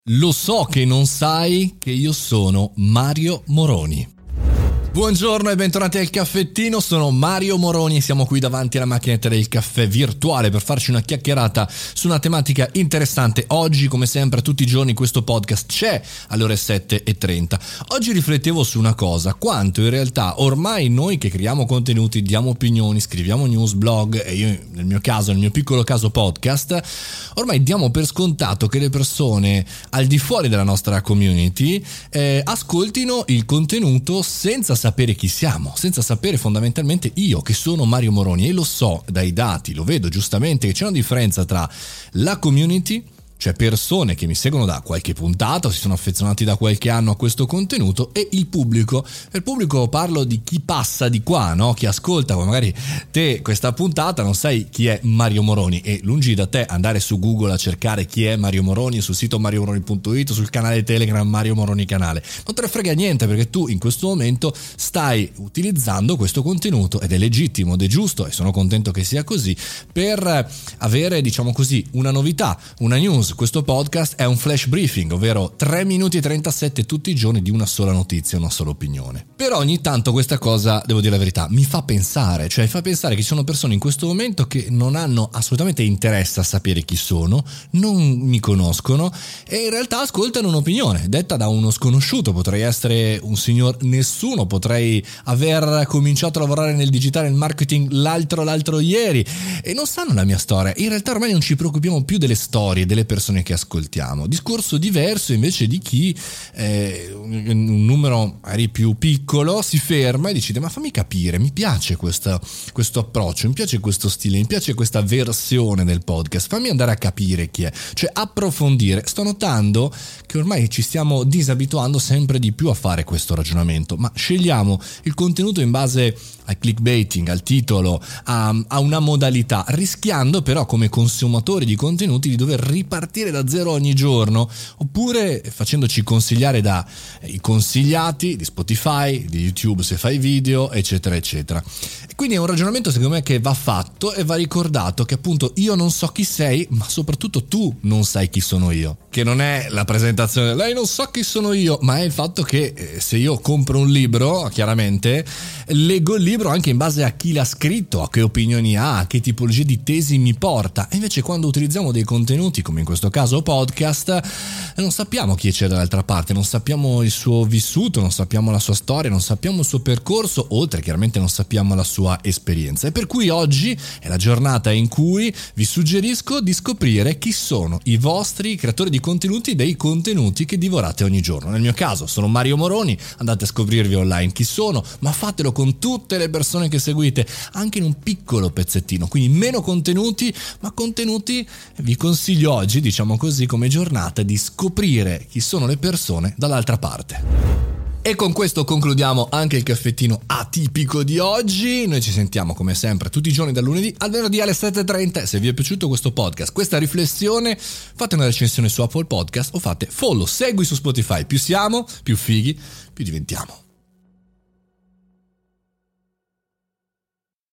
Lo so che non sai che io sono Mario Moroni. Buongiorno e bentornati al caffettino, sono Mario Moroni e siamo qui davanti alla macchinetta del caffè virtuale per farci una chiacchierata su una tematica interessante. Oggi, come sempre, tutti i giorni questo podcast c'è alle ore 7:30. Oggi riflettevo su una cosa, quanto in realtà ormai noi che creiamo contenuti, diamo opinioni, scriviamo news, blog e io nel mio piccolo caso podcast, ormai diamo per scontato che le persone al di fuori della nostra community ascoltino il contenuto senza sapere chi siamo, senza sapere fondamentalmente io che sono Mario Moroni. E lo so dai dati, lo vedo giustamente che c'è una differenza tra la community, cioè persone che mi seguono da qualche puntata o si sono affezionati da qualche anno a questo contenuto, e il pubblico. Per il pubblico parlo di chi passa di qua, no? Chi ascolta, magari te questa puntata non sai chi è Mario Moroni e lungi da te andare su Google a cercare chi è Mario Moroni sul sito mariomoroni.it, sul canale Telegram Mario Moroni canale. Non te ne frega niente perché tu in questo momento stai utilizzando questo contenuto ed è legittimo ed è giusto e sono contento che sia così per avere, diciamo così, una novità, una news. Questo podcast è un flash briefing, ovvero 3 minuti e 37 tutti i giorni di una sola notizia, una sola opinione. Però ogni tanto questa cosa, devo dire la verità, mi fa pensare, cioè fa pensare che ci sono persone in questo momento che non hanno assolutamente interesse a sapere chi sono, non mi conoscono e in realtà ascoltano un'opinione detta da uno sconosciuto. Potrei essere un signor nessuno, potrei aver cominciato a lavorare nel digitale, nel marketing l'altro ieri e non sanno la mia storia. In realtà ormai non ci preoccupiamo più delle storie, delle persone che ascoltiamo. Discorso diverso invece di chi un numero magari più piccolo si ferma e decide: ma fammi capire, mi piace questo approccio, mi piace questo stile, mi piace questa versione del podcast, fammi andare a capire chi è, cioè approfondire. Sto notando che ormai ci stiamo disabituando sempre di più a fare questo ragionamento, ma scegliamo il contenuto in base al clickbaiting, al titolo, a una modalità, rischiando però come consumatori di contenuti di dover ripartire da zero ogni giorno, oppure facendoci consigliare dai consigliati di Spotify, di YouTube se fai video, eccetera eccetera. E quindi è un ragionamento secondo me che va fatto e va ricordato, che appunto io non so chi sei, ma soprattutto tu non sai chi sono io, che non è la presentazione lei non sa chi sono io, ma è il fatto che se io compro un libro, chiaramente leggo il libro anche in base a chi l'ha scritto, a che opinioni ha, a che tipologie di tesi mi porta. E invece quando utilizziamo dei contenuti come in questo caso podcast, non sappiamo chi c'è dall'altra parte, non sappiamo il suo vissuto, non sappiamo la sua storia, non sappiamo il suo percorso, oltre chiaramente non sappiamo la sua esperienza. E per cui oggi è la giornata in cui vi suggerisco di scoprire chi sono i vostri creatori di contenuti, dei contenuti che divorate ogni giorno. Nel mio caso sono Mario Moroni, andate a scoprirvi online chi sono, ma fatelo con tutte le persone che seguite, anche in un piccolo pezzettino, quindi meno contenuti, ma contenuti. Vi consiglio oggi, diciamo così, come giornata di scoprire chi sono le persone dall'altra parte. E con questo concludiamo anche il caffettino atipico di oggi. Noi ci sentiamo come sempre tutti i giorni dal lunedì al venerdì alle 7:30. Se vi è piaciuto questo podcast, questa riflessione, fate una recensione su Apple Podcast o fate follow, segui su Spotify. Più siamo, più fighi, più diventiamo.